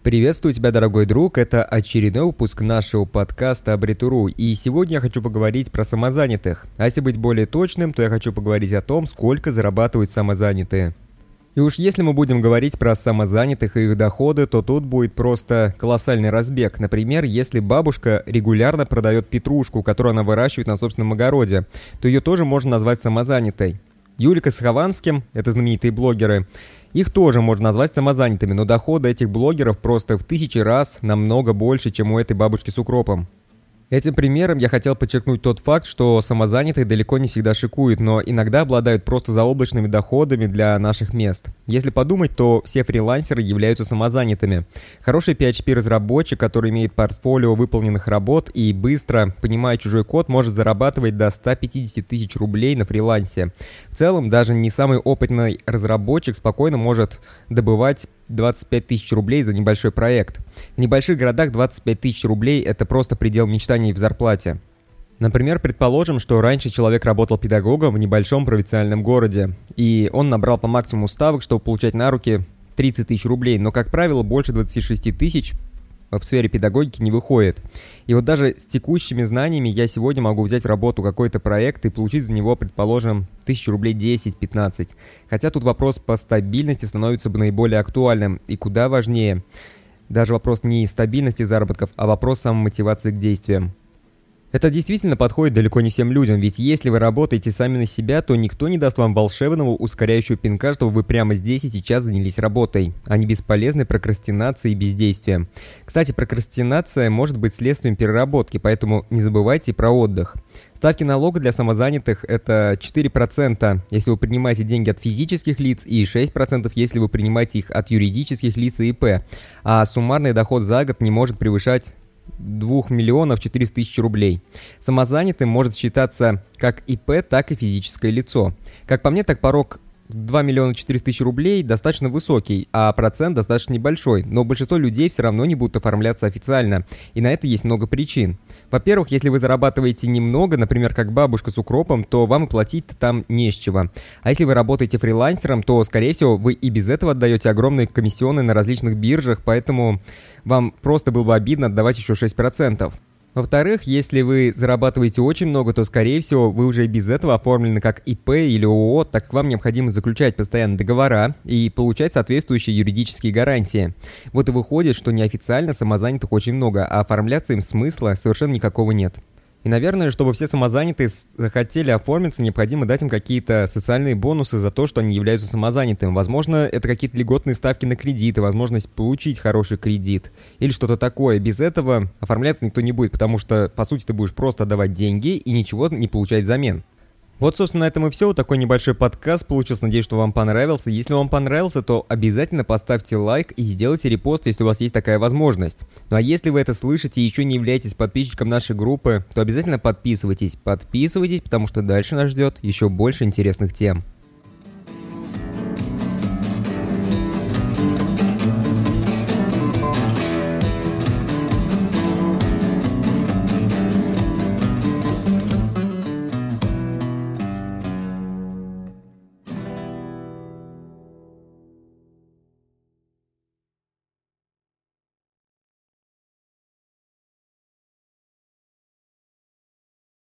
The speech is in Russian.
Приветствую тебя, дорогой друг, это очередной выпуск нашего подкаста Абритуру, и сегодня я хочу поговорить про самозанятых. А если быть более точным, то я хочу поговорить о том, сколько зарабатывают самозанятые. И уж если мы будем говорить про самозанятых и их доходы, то тут будет просто колоссальный разбег. Например, если бабушка регулярно продает петрушку, которую она выращивает на собственном огороде, то ее тоже можно назвать самозанятой. Юлика с Хованским, это знаменитые блогеры, их тоже можно назвать самозанятыми, но доходы этих блогеров просто в 1000 раз намного больше, чем у этой бабушки с укропом. Этим примером я хотел подчеркнуть тот факт, что самозанятые далеко не всегда шикуют, но иногда обладают просто заоблачными доходами для наших мест. Если подумать, то все фрилансеры являются самозанятыми. Хороший PHP-разработчик, который имеет портфолио выполненных работ и быстро, понимая чужой код, может зарабатывать до 150 тысяч рублей на фрилансе. В целом, даже не самый опытный разработчик спокойно может добывать 25 тысяч рублей за небольшой проект. В небольших городах 25 тысяч рублей – это просто предел мечтаний в зарплате. Например, предположим, что раньше человек работал педагогом в небольшом провинциальном городе, и он набрал по максимуму ставок, чтобы получать на руки 30 тысяч рублей, но, как правило, больше 26 тысяч в сфере педагогики не выходит. И вот даже с текущими знаниями я сегодня могу взять в работу какой-то проект и получить за него, предположим, 1000 рублей 10-15. Хотя тут вопрос по стабильности становится бы наиболее актуальным и куда важнее. Даже вопрос не стабильности заработков, а вопрос самомотивации к действиям. Это действительно подходит далеко не всем людям, ведь если вы работаете сами на себя, то никто не даст вам волшебного ускоряющего пинка, чтобы вы прямо здесь и сейчас занялись работой, а не бесполезной прокрастинацией и бездействием. Кстати, прокрастинация может быть следствием переработки, поэтому не забывайте про отдых. Ставки налога для самозанятых – это 4%, если вы принимаете деньги от физических лиц, и 6%, если вы принимаете их от юридических лиц и ИП, а суммарный доход за год не может превышать 2 миллионов 400 тысяч рублей. Самозанятым может считаться как ИП, так и физическое лицо. Как по мне, так порог 2 миллиона 400 тысяч рублей достаточно высокий, а процент достаточно небольшой, но большинство людей все равно не будут оформляться официально, и на это есть много причин. Во-первых, если вы зарабатываете немного, например, как бабушка с укропом, то вам и платить там не с чего. А если вы работаете фрилансером, то, скорее всего, вы и без этого отдаете огромные комиссионные на различных биржах, поэтому вам просто было бы обидно отдавать еще 6%. Во-вторых, если вы зарабатываете очень много, то, скорее всего, вы уже и без этого оформлены как ИП или ООО, так как вам необходимо заключать постоянно договора и получать соответствующие юридические гарантии. Вот и выходит, что неофициально самозанятых очень много, а оформляться им смысла совершенно никакого нет. И, наверное, чтобы все самозанятые захотели оформиться, необходимо дать им какие-то социальные бонусы за то, что они являются самозанятыми. Возможно, это какие-то льготные ставки на кредиты, возможность получить хороший кредит или что-то такое. Без этого оформляться никто не будет, потому что, по сути, ты будешь просто отдавать деньги и ничего не получать взамен. Вот, собственно, на этом и все. Вот такой небольшой подкаст получился. Надеюсь, что вам понравился. Если вам понравился, то обязательно поставьте лайк и сделайте репост, если у вас есть такая возможность. Ну а если вы это слышите и еще не являетесь подписчиком нашей группы, то обязательно подписывайтесь. Подписывайтесь, потому что дальше нас ждет еще больше интересных тем.